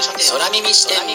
空耳視点。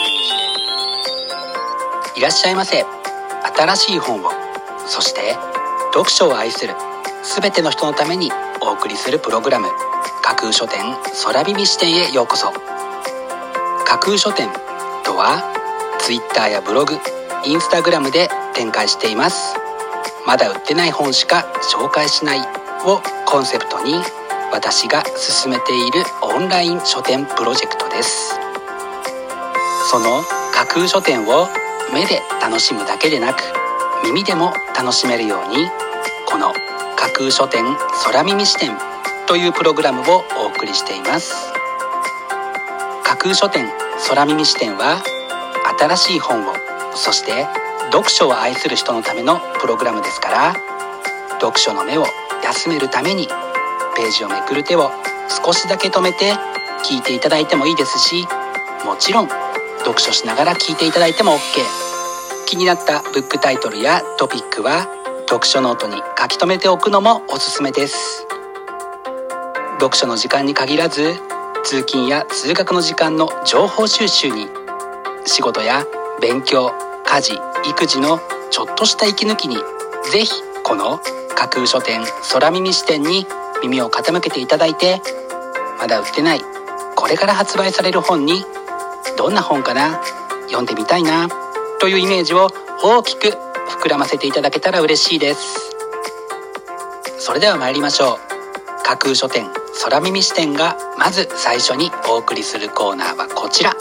いらっしゃいませ。新しい本を、そして読書を愛するすべての人のためにお送りするプログラム、架空書店空耳視点へようこそ。架空書店とは Twitter やブログ、インスタグラムで展開しています。まだ売ってない本しか紹介しないをコンセプトに、私が進めているオンライン書店プロジェクトです。その架空書店を目で楽しむだけでなく、耳でも楽しめるように、この架空書店空耳視点というプログラムをお送りしています。架空書店空耳視点は、新しい本を、そして読書を愛する人のためのプログラムですから、読書の目を休めるためにページをめくる手を少しだけ止めて聞いていただいてもいいですし、もちろん読書しながら聞いていただいても OK。 気になったブックタイトルやトピックは読書ノートに書き留めておくのもおすすめです。読書の時間に限らず、通勤や通学の時間の情報収集に、仕事や勉強、家事、育児のちょっとした息抜きに、ぜひこの架空書店空耳視点に耳を傾けていただいて、まだ売ってない、これから発売される本に、どんな本かな、読んでみたいなというイメージを大きく膨らませていただけたら嬉しいです。それでは参りましょう。架空書店空耳視点がまず最初にお送りするコーナーはこちら。架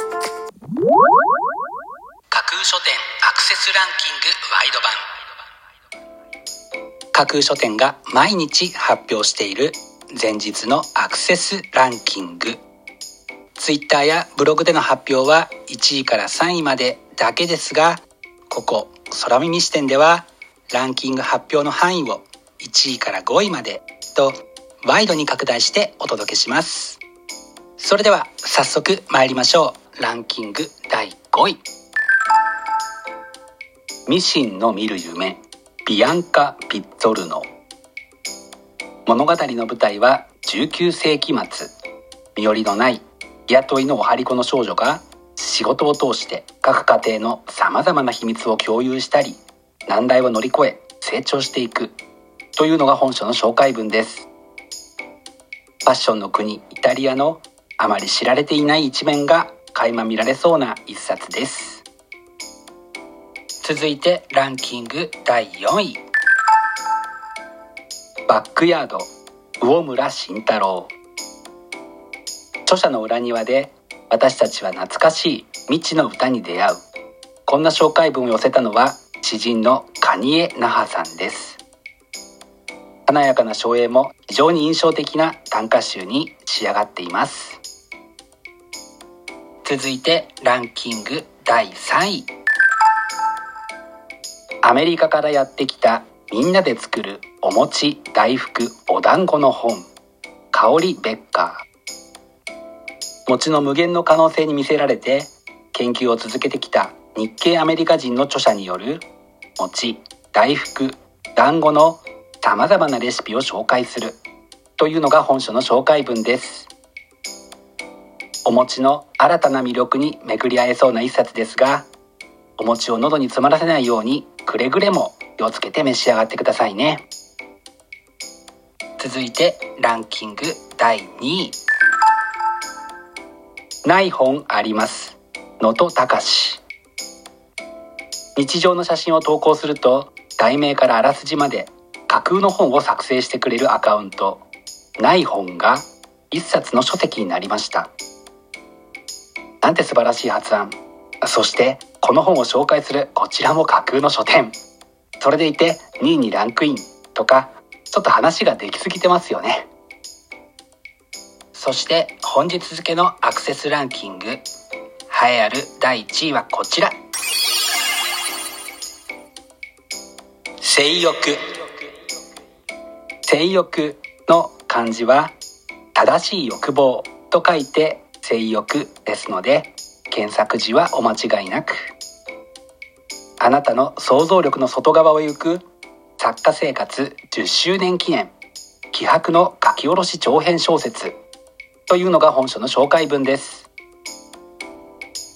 空書店アクセスランキングワイド版。架空書店が毎日発表している前日のアクセスランキング。ツイッターやブログでの発表は1位から3位までだけですが、ここ空耳視点ではランキング発表の範囲を1位から5位までとワイドに拡大してお届けします。それでは早速参りましょう。ランキング第5位。ミシンの見る夢、ビアンカ・ピッツォルノ。物語の舞台は19世紀末、身寄りのない日雇いのお張り子の少女が仕事を通して各家庭のさまざまな秘密を共有したり、難題を乗り越え成長していくというのが本書の紹介文です。ファッションの国イタリアのあまり知られていない一面が垣間見られそうな一冊です。続いてランキング第4位。バックヤード、魚村慎太郎。著者の裏庭で私たちは懐かしい未知の歌に出会う。こんな紹介文を寄せたのは詩人の蟹江那覇さんです。華やかな照英も非常に印象的な短歌集に仕上がっています。続いてランキング第3位。アメリカからやってきたみんなで作るお餅、大福、お団子の本、香りベッカー。餅の無限の可能性に魅せられて研究を続けてきた日系アメリカ人の著者による餅、大福、団子のさまざまなレシピを紹介するというのが本書の紹介文です。お餅の新たな魅力に巡り合えそうな一冊ですが、お餅を喉に詰まらせないようにくれぐれも気をつけて召し上がってくださいね。続いてランキング第2位。ない本あります、能登隆。日常の写真を投稿すると題名からあらすじまで架空の本を作成してくれるアカウント、ない本が一冊の書籍になりました。なんて素晴らしい発案。そしてこの本を紹介するこちらも架空の書店。それでいて2位にランクインとか、ちょっと話ができすぎてますよね。そして本日付のアクセスランキング栄えある第1位はこちら。性欲。性欲の漢字は正しい欲望と書いて性欲ですので、検索時はお間違いなく。あなたの想像力の外側を行く作家生活10周年記念気迫の書き下ろし長編小説というのが本書の紹介文です。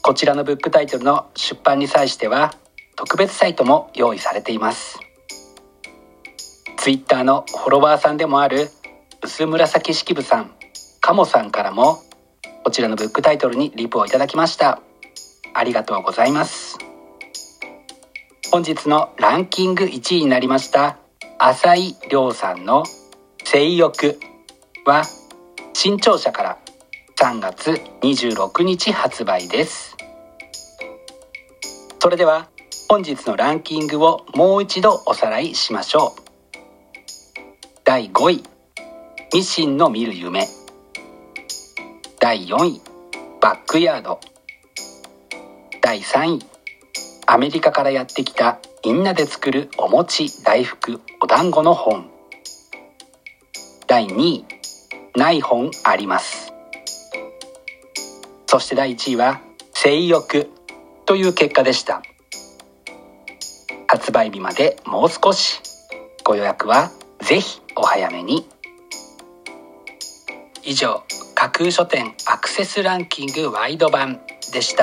こちらのブックタイトルの出版に際しては特別サイトも用意されています。ツイッターのフォロワーさんでもある薄紫式部さん、カモさんからもこちらのブックタイトルにリプをいただきました。ありがとうございます。本日のランキング1位になりました浅井亮さんの性欲は新潮社から3月26日発売です。それでは本日のランキングをもう一度おさらいしましょう。第5位、ミシンの見る夢。第4位、バックヤード。第3位、アメリカからやってきたみんなで作るお餅、大福、お団子の本。第2位、ない本あります。そして第1位は性欲という結果でした。発売日までもう少し。ご予約はぜひお早めに。以上、架空書店アクセスランキングワイド版でした。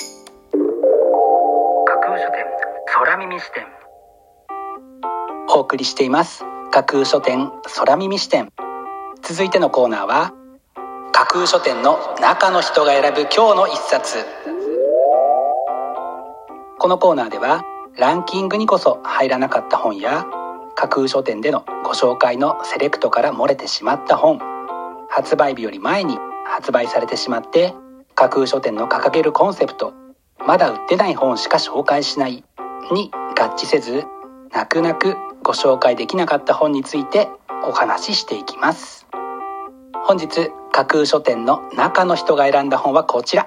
架空書店空耳視点。お送りしています架空書店空耳視点。続いてのコーナーは架空書店の中の人が選ぶ今日の一冊。このコーナーではランキングにこそ入らなかった本や架空書店でのご紹介のセレクトから漏れてしまった本、発売日より前に発売されてしまって架空書店の掲げるコンセプト、まだ売ってない本しか紹介しないに合致せず、泣く泣くご紹介できなかった本についてお話ししていきます。本日架空書店の中の人が選んだ本はこちら。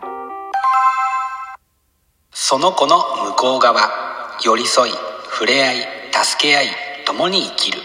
その子の向こう側、寄り添い、触れ合い、助け合い、共に生きる。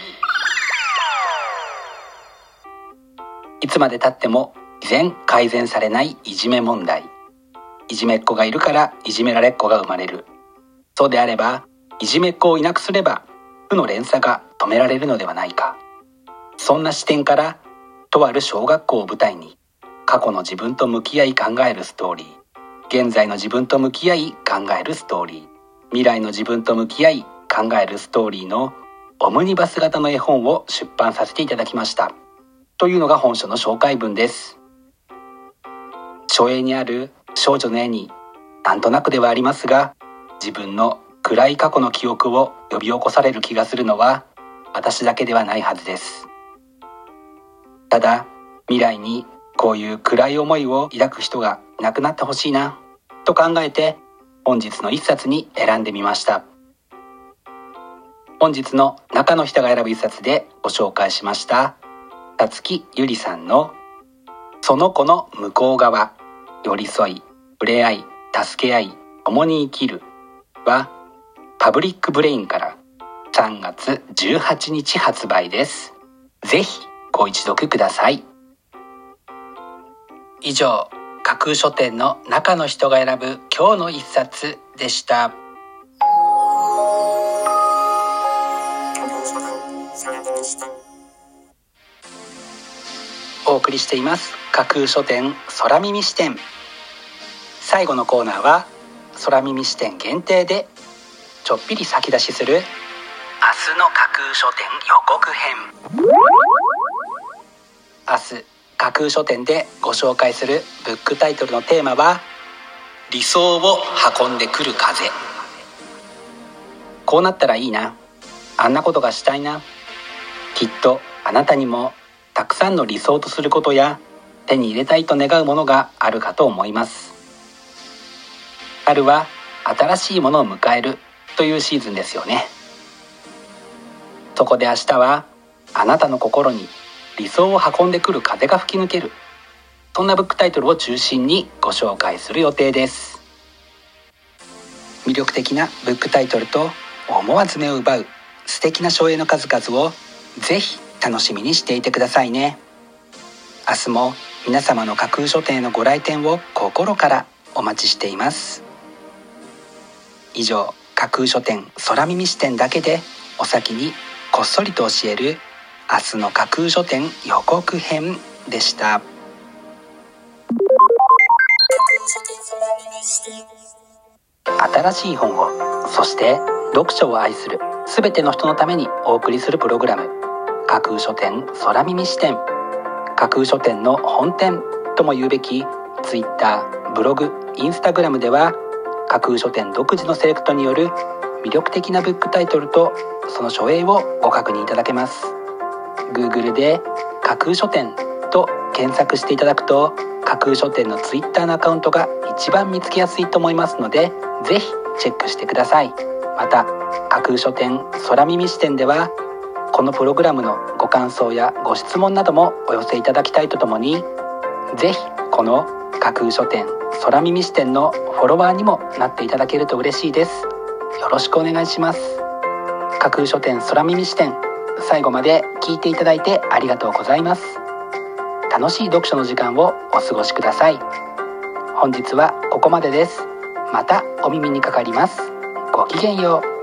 いつまで経っても依然改善されないいじめ問題。いじめっ子がいるからいじめられっ子が生まれる。そうであればいじめっ子をいなくすれば負の連鎖が止められるのではないか。そんな視点からとある小学校を舞台に過去の自分と向き合い考えるストーリー、現在の自分と向き合い考えるストーリー、未来の自分と向き合い考えるストーリーのオムニバス型の絵本を出版させていただきましたというのが本書の紹介文です。書影にある少女の絵になんとなくではありますが、自分の暗い過去の記憶を呼び起こされる気がするのは私だけではないはずです。ただ未来にこういう暗い思いを抱く人がいなくなってほしいなと考えて本日の一冊に選んでみました。本日の中の人が選ぶ一冊でご紹介しました辰木ゆりさんのその子の向こう側、寄り添い、触れ合い、助け合い、共に生きるはパブリックブレインから3月18日発売です。ぜひご一読ください。以上、架空書店の中の人が選ぶ今日の一冊でした。お送りしています架空書店空耳視点。最後のコーナーは空耳視点限定でちょっぴり先出しする明日の架空書店予告編。明日架空書店でご紹介するブックタイトルのテーマは理想を運んでくる風。こうなったらいいな、あんなことがしたいな。きっとあなたにもたくさんの理想とすることや手に入れたいと願うものがあるかと思います。春は新しいものを迎えるというシーズンですよね。そこで明日はあなたの心に理想を運んでくる風が吹き抜ける、そんなブックタイトルを中心にご紹介する予定です。魅力的なブックタイトルと思わず目を奪う素敵な書影の数々をぜひ楽しみにしていてくださいね。明日も皆様の架空書店へのご来店を心からお待ちしています。以上、架空書店空耳視点だけでお先にこっそりと教える明日の架空書店予告編でした。架空書店空耳新しい本を、そして読書を愛するすべての人のためにお送りするプログラム、架空書店空耳視点。架空書店の本店とも言うべきツイッター、ブログ、インスタグラムでは架空書店独自のセレクトによる魅力的なブックタイトルとその書影をご確認いただけます。 Google で架空書店と検索していただくと架空書店のツイッターのアカウントが一番見つけやすいと思いますので、ぜひチェックしてください。また架空書店空耳視点ではこのプログラムのご感想やご質問などもお寄せいただきたいとともに、ぜひこの架空書店空耳視点のフォロワーにもなっていただけると嬉しいです。よろしくお願いします。架空書店空耳視点、最後まで聞いていただいてありがとうございます。楽しい読書の時間をお過ごしください。本日はここまでです。またお耳にかかります。ごきげんよう。